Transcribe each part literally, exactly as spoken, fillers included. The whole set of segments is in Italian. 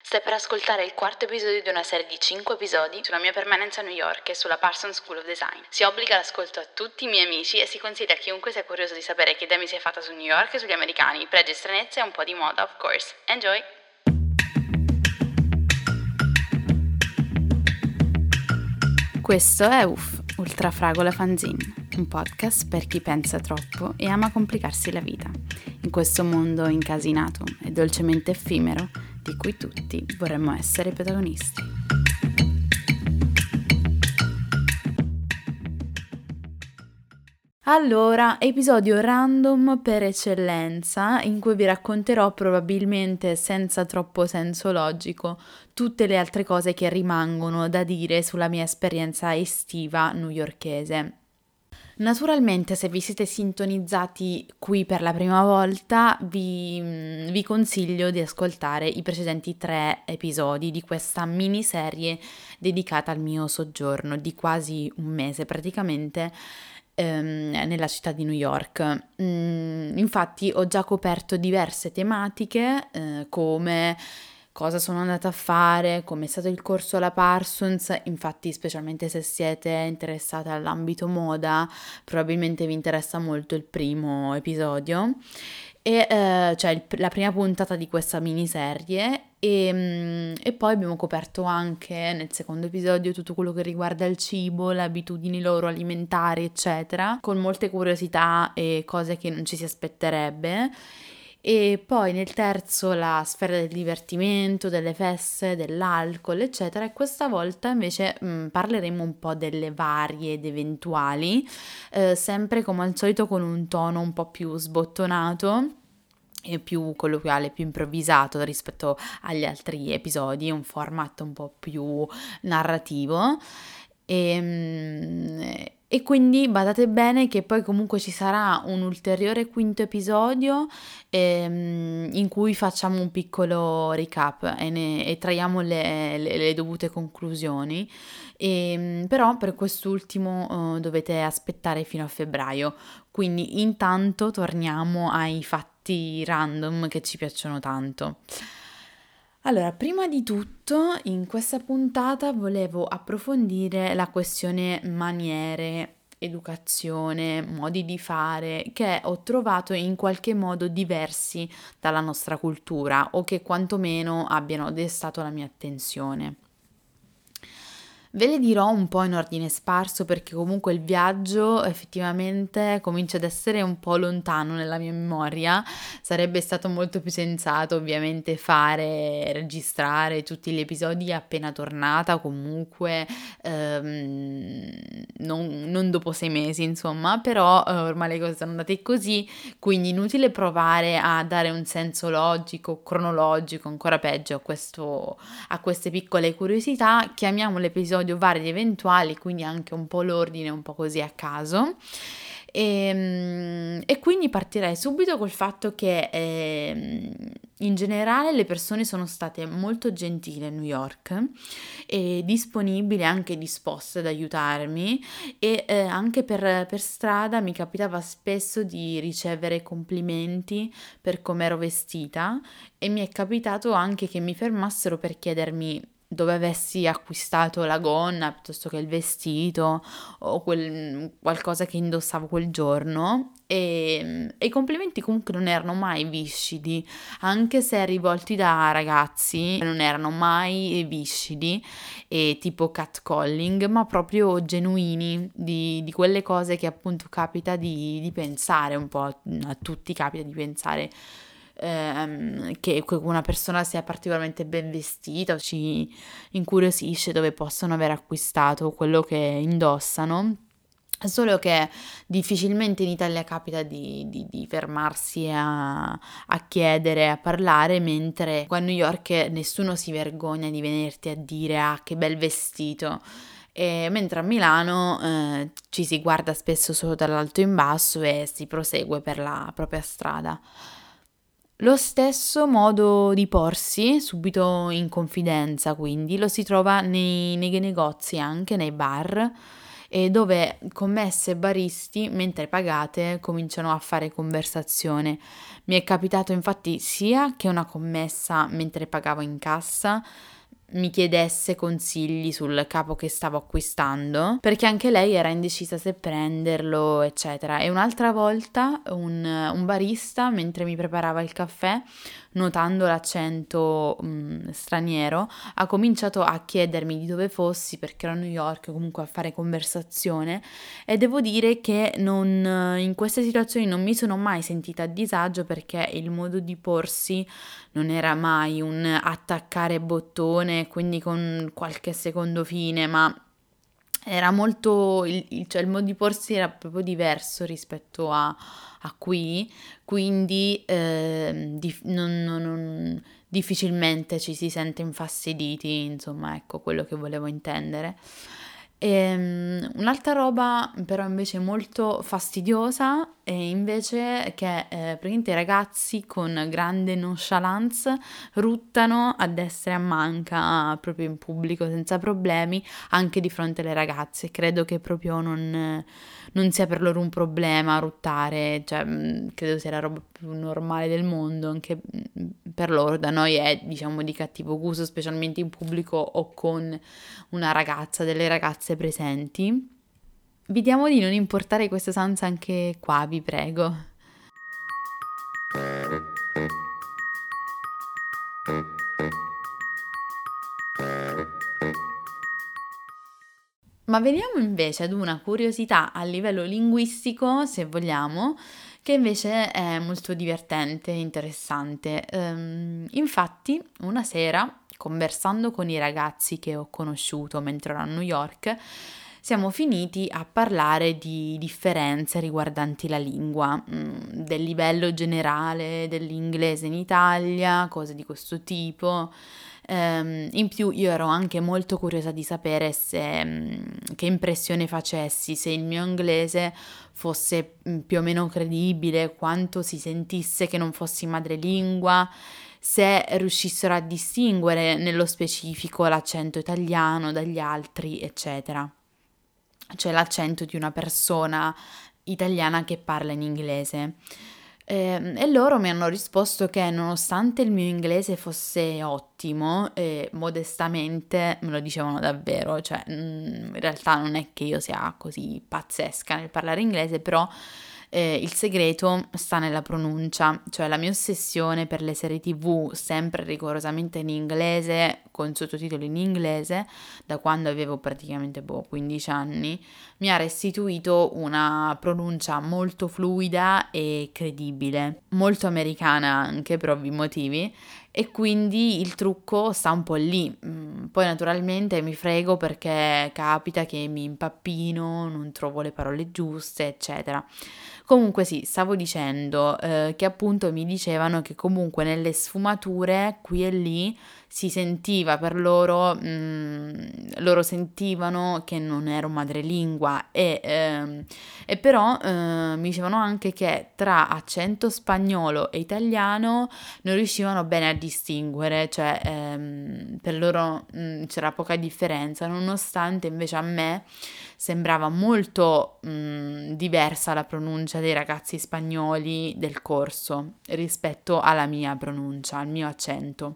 Stai per ascoltare il quarto episodio di una serie di cinque episodi sulla mia permanenza a New York e sulla Parsons School of Design. Si obbliga l'ascolto a tutti i miei amici e si consiglia a chiunque sia curioso di sapere che idea mi si è fatta su New York e sugli americani, pregi e stranezze e un po' di moda, of course. Enjoy! Questo è U F, Ultrafragola Fanzine, un podcast per chi pensa troppo e ama complicarsi la vita, in questo mondo incasinato e dolcemente effimero di cui tutti vorremmo essere protagonisti. Allora, episodio random per eccellenza, in cui vi racconterò probabilmente senza troppo senso logico tutte le altre cose che rimangono da dire sulla mia esperienza estiva newyorkese. Naturalmente, se vi siete sintonizzati qui per la prima volta, vi, vi consiglio di ascoltare i precedenti tre episodi di questa miniserie dedicata al mio soggiorno di quasi un mese praticamente ehm, nella città di New York. Mm, infatti ho già coperto diverse tematiche eh, come cosa sono andata a fare, come è stato il corso alla Parsons. Infatti, specialmente se siete interessate all'ambito moda, probabilmente vi interessa molto il primo episodio, e eh, cioè il, la prima puntata di questa miniserie. E, e poi abbiamo coperto anche nel secondo episodio tutto quello che riguarda il cibo, le abitudini loro alimentari, eccetera, con molte curiosità e cose che non ci si aspetterebbe. E poi nel terzo la sfera del divertimento, delle feste, dell'alcol, eccetera, e questa volta invece mh, parleremo un po' delle varie ed eventuali, eh, sempre come al solito con un tono un po' più sbottonato e più colloquiale, più improvvisato rispetto agli altri episodi, un format un po' più narrativo. E, e quindi badate bene che poi comunque ci sarà un ulteriore quinto episodio ehm, in cui facciamo un piccolo recap e, ne, e traiamo le, le, le dovute conclusioni. E, però per quest'ultimo uh, dovete aspettare fino a febbraio, quindi intanto torniamo ai fatti random che ci piacciono tanto. Allora, prima di tutto, in questa puntata volevo approfondire la questione maniere, educazione, modi di fare che ho trovato in qualche modo diversi dalla nostra cultura o che quantomeno abbiano destato la mia attenzione. Ve le dirò un po' in ordine sparso perché comunque il viaggio effettivamente comincia ad essere un po' lontano nella mia memoria. Sarebbe stato molto più sensato ovviamente fare, registrare tutti gli episodi appena tornata, comunque ehm, non, non dopo sei mesi insomma, però eh, ormai le cose sono andate così, quindi inutile provare a dare un senso logico, cronologico, ancora peggio a questo, a queste piccole curiosità. Chiamiamo l'episodio vari ed eventuali, quindi anche un po' l'ordine, un po' così a caso. E, e quindi partirei subito col fatto che eh, in generale le persone sono state molto gentili a New York e disponibili, anche disposte ad aiutarmi, e eh, anche per, per strada mi capitava spesso di ricevere complimenti per come ero vestita, e mi è capitato anche che mi fermassero per chiedermi dove avessi acquistato la gonna piuttosto che il vestito o quel, qualcosa che indossavo quel giorno, e, e i complimenti comunque non erano mai viscidi, anche se rivolti da ragazzi non erano mai viscidi e tipo catcalling, ma proprio genuini, di, di quelle cose che appunto capita di, di pensare un po', a tutti capita di pensare ehm, che una persona sia particolarmente ben vestita, ci incuriosisce dove possono aver acquistato quello che indossano. Solo che difficilmente in Italia capita di, di, di fermarsi a, a chiedere, a parlare, mentre qua a New York nessuno si vergogna di venirti a dire ah che bel vestito. E mentre a Milano eh, ci si guarda spesso solo dall'alto in basso e si prosegue per la propria strada. Lo stesso modo di porsi, subito in confidenza, quindi lo si trova nei, nei negozi, anche nei bar, e dove commesse e baristi, mentre pagate, cominciano a fare conversazione. Mi è capitato infatti sia che una commessa, mentre pagavo in cassa, mi chiedesse consigli sul capo che stavo acquistando, perché anche lei era indecisa se prenderlo, eccetera. E un'altra volta un, un barista, mentre mi preparava il caffè, notando l'accento mh, straniero, ha cominciato a chiedermi di dove fossi, perché ero a New York, comunque a fare conversazione, e devo dire che non, in queste situazioni non mi sono mai sentita a disagio, perché il modo di porsi non era mai un attaccare bottone, quindi con qualche secondo fine, ma era molto, il, il- cioè il modo di porsi era proprio diverso rispetto a, a qui, quindi ehm, dif- non- non- non- difficilmente ci si sente infastiditi, insomma, ecco quello che volevo intendere. Ehm, un'altra roba però invece molto fastidiosa è invece che eh, praticamente i ragazzi con grande nonchalance ruttano a destra e a manca proprio in pubblico senza problemi anche di fronte alle ragazze. Credo che proprio non, non sia per loro un problema ruttare, cioè mh, credo sia la roba più normale del mondo, anche mh, per loro. Da noi è diciamo di cattivo gusto, specialmente in pubblico o con una ragazza, delle ragazze presenti. Vediamo di non importare questa usanza anche qua, vi prego. Ma veniamo invece ad una curiosità a livello linguistico, se vogliamo, che invece è molto divertente e interessante. Ehm, infatti, una sera, conversando con i ragazzi che ho conosciuto mentre ero a New York, siamo finiti a parlare di differenze riguardanti la lingua, mm, del livello generale dell'inglese in Italia, cose di questo tipo. Ehm, in più io ero anche molto curiosa di sapere se, mm, che impressione facessi, se il mio inglese fosse mm, più o meno credibile, quanto si sentisse che non fossi madrelingua, se riuscissero a distinguere nello specifico l'accento italiano dagli altri, eccetera. Cioè l'accento di una persona italiana che parla in inglese. Ehm, e loro mi hanno risposto che nonostante il mio inglese fosse ottimo, e modestamente me lo dicevano davvero, cioè mm, in realtà non è che io sia così pazzesca nel parlare inglese, però eh, il segreto sta nella pronuncia, cioè la mia ossessione per le serie ti vu sempre rigorosamente in inglese, con sottotitoli in inglese, da quando avevo praticamente boh, quindici anni, mi ha restituito una pronuncia molto fluida e credibile, molto americana anche per ovvi motivi, e quindi il trucco sta un po' lì. Mm, Poi naturalmente mi frego perché capita che mi impappino, non trovo le parole giuste, eccetera. Comunque sì, stavo dicendo eh, che appunto mi dicevano che comunque nelle sfumature qui e lì si sentiva per loro, mh, loro sentivano che non ero madrelingua e, ehm, e però eh, mi dicevano anche che tra accento spagnolo e italiano non riuscivano bene a distinguere, cioè ehm, per loro mh, c'era poca differenza, nonostante invece a me sembrava molto mh, diversa la pronuncia dei ragazzi spagnoli del corso rispetto alla mia pronuncia, al mio accento.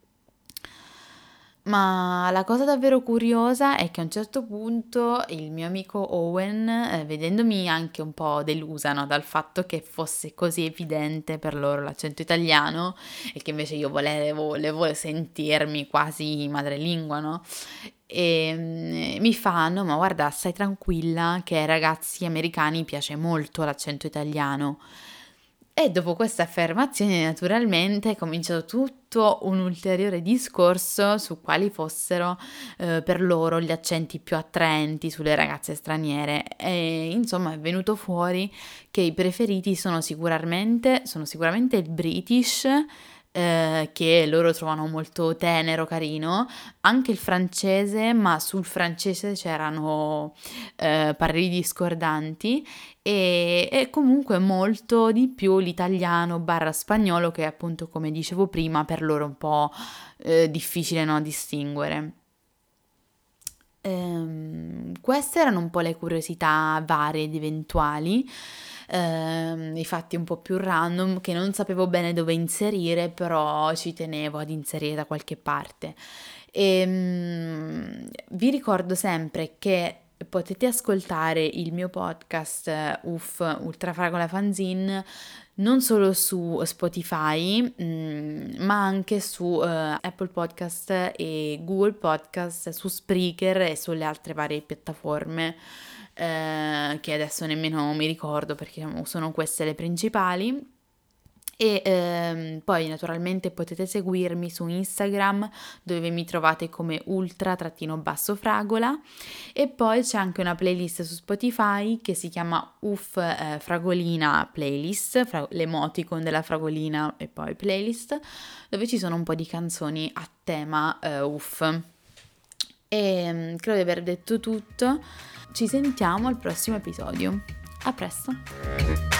Ma la cosa davvero curiosa è che a un certo punto il mio amico Owen, eh, vedendomi anche un po' delusa, no, dal fatto che fosse così evidente per loro l'accento italiano e che invece io volevo, volevo sentirmi quasi madrelingua, no? E mm, mi fanno, ma guarda, stai tranquilla che ai ragazzi americani piace molto l'accento italiano. E dopo questa affermazione, naturalmente, è cominciato tutto un ulteriore discorso su quali fossero eh, per loro gli accenti più attraenti sulle ragazze straniere. E insomma, è venuto fuori che i preferiti sono sicuramente, sono sicuramente il British, eh, che loro trovano molto tenero, carino, anche il francese, ma sul francese c'erano eh, pareri discordanti e, e comunque molto di più l'italiano barra spagnolo che appunto come dicevo prima per loro è un po' eh, difficile no, distinguere. Ehm, queste erano un po' le curiosità varie ed eventuali, ehm, i fatti un po' più random che non sapevo bene dove inserire, però ci tenevo ad inserire da qualche parte. Ehm, vi ricordo sempre che potete ascoltare il mio podcast eh, Uff Ultrafragola Fanzine non solo su Spotify, mm, ma anche su eh, Apple Podcast e Google Podcast, su Spreaker e sulle altre varie piattaforme eh, che adesso nemmeno mi ricordo perché sono queste le principali. E ehm, poi naturalmente potete seguirmi su Instagram dove mi trovate come ultra-fragola e poi c'è anche una playlist su Spotify che si chiama Uff eh, Fragolina Playlist, fra- l'emoticon della fragolina e poi playlist, dove ci sono un po' di canzoni a tema eh, Uff. E mm, credo di aver detto tutto, ci sentiamo al prossimo episodio. A presto!